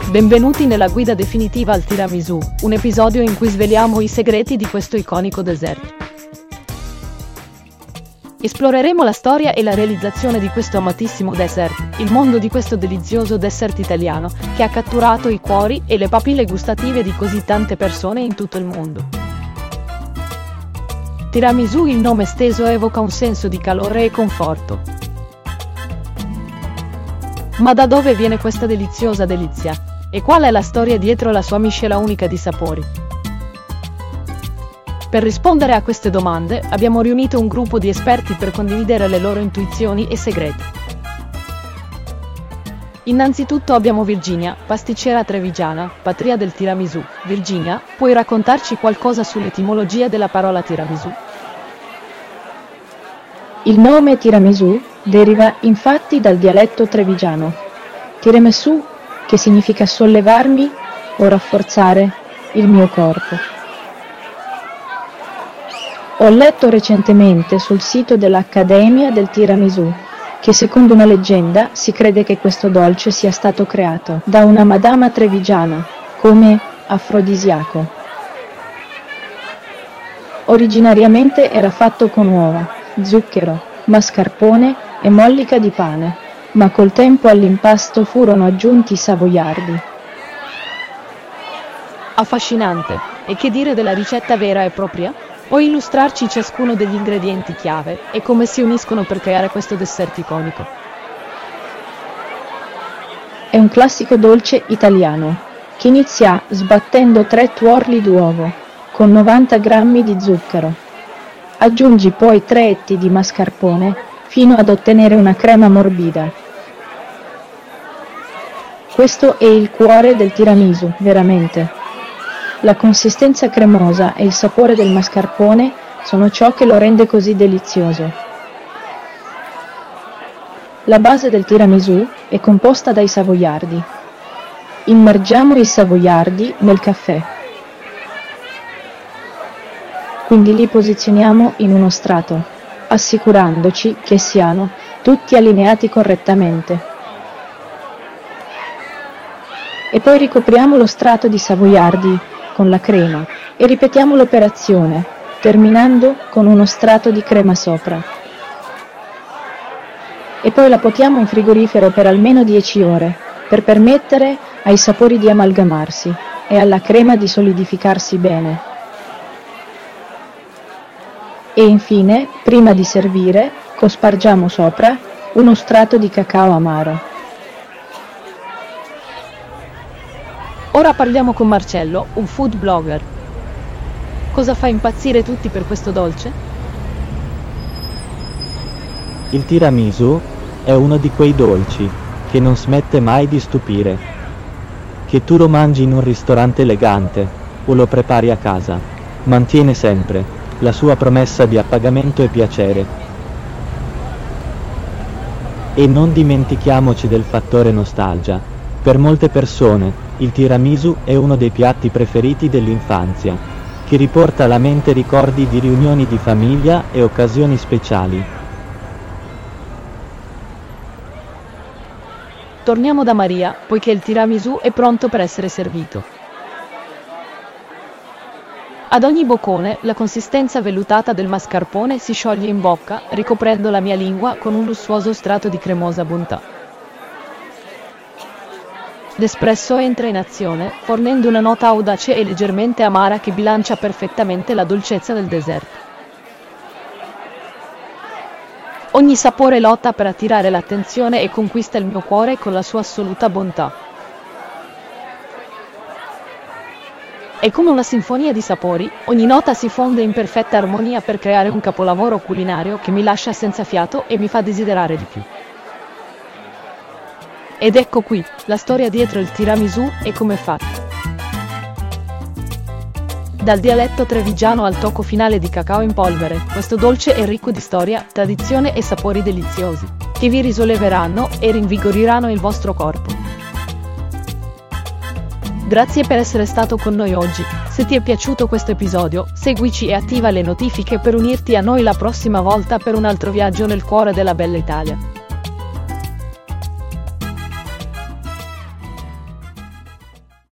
Benvenuti nella guida definitiva al tiramisù, un episodio in cui sveliamo i segreti di questo iconico dessert. Esploreremo la storia e la realizzazione di questo amatissimo dessert, il mondo di questo delizioso dessert italiano, che ha catturato i cuori e le papille gustative di così tante persone in tutto il mondo. Tiramisù, il nome stesso, evoca un senso di calore e conforto. Ma da dove viene questa deliziosa delizia? E qual è la storia dietro la sua miscela unica di sapori? Per rispondere a queste domande, abbiamo riunito un gruppo di esperti per condividere le loro intuizioni e segreti. Innanzitutto abbiamo Virginia, pasticcera trevigiana, patria del tiramisù. Virginia, puoi raccontarci qualcosa sull'etimologia della parola tiramisù? Il nome tiramisù deriva infatti dal dialetto trevigiano. Tiramisù, che significa sollevarmi o rafforzare il mio corpo. Ho letto recentemente sul sito dell'Accademia del Tiramisù che secondo una leggenda si crede che questo dolce sia stato creato da una madama trevigiana come afrodisiaco. Originariamente era fatto con uova, zucchero, mascarpone e mollica di pane, ma col tempo all'impasto furono aggiunti i savoiardi. Affascinante! E che dire della ricetta vera e propria? Puoi illustrarci ciascuno degli ingredienti chiave e come si uniscono per creare questo dessert iconico? È un classico dolce italiano che inizia sbattendo 3 tuorli d'uovo con 90 grammi di zucchero. Aggiungi poi 3 etti di mascarpone fino ad ottenere una crema morbida. Questo è il cuore del tiramisù, veramente. La consistenza cremosa e il sapore del mascarpone sono ciò che lo rende così delizioso. La base del tiramisù è composta dai savoiardi. Immergiamo i savoiardi nel caffè. Quindi li posizioniamo in uno strato, assicurandoci che siano tutti allineati correttamente. E poi ricopriamo lo strato di savoiardi con la crema e ripetiamo l'operazione, terminando con uno strato di crema sopra. E poi la portiamo in frigorifero per almeno 10 ore, per permettere ai sapori di amalgamarsi e alla crema di solidificarsi bene. E infine, prima di servire, cospargiamo sopra uno strato di cacao amaro. Ora parliamo con Marcello, un food blogger. Cosa fa impazzire tutti per questo dolce? Il tiramisù è uno di quei dolci che non smette mai di stupire. Che tu lo mangi in un ristorante elegante o lo prepari a casa, mantiene sempre la sua promessa di appagamento e piacere. E non dimentichiamoci del fattore nostalgia. Per molte persone il tiramisù è uno dei piatti preferiti dell'infanzia, che riporta alla mente ricordi di riunioni di famiglia e occasioni speciali. Torniamo da Maria, poiché il tiramisù è pronto per essere servito. Ad ogni boccone, la consistenza vellutata del mascarpone si scioglie in bocca, ricoprendo la mia lingua con un lussuoso strato di cremosa bontà. L'espresso entra in azione, fornendo una nota audace e leggermente amara che bilancia perfettamente la dolcezza del dessert. Ogni sapore lotta per attirare l'attenzione e conquista il mio cuore con la sua assoluta bontà. È come una sinfonia di sapori, ogni nota si fonde in perfetta armonia per creare un capolavoro culinario che mi lascia senza fiato e mi fa desiderare di più. Ed ecco qui, la storia dietro il tiramisù e come è fatto. Dal dialetto trevigiano al tocco finale di cacao in polvere, questo dolce è ricco di storia, tradizione e sapori deliziosi, che vi risolleveranno e rinvigoriranno il vostro corpo. Grazie per essere stato con noi oggi. Se ti è piaciuto questo episodio, seguici e attiva le notifiche per unirti a noi la prossima volta per un altro viaggio nel cuore della bella Italia.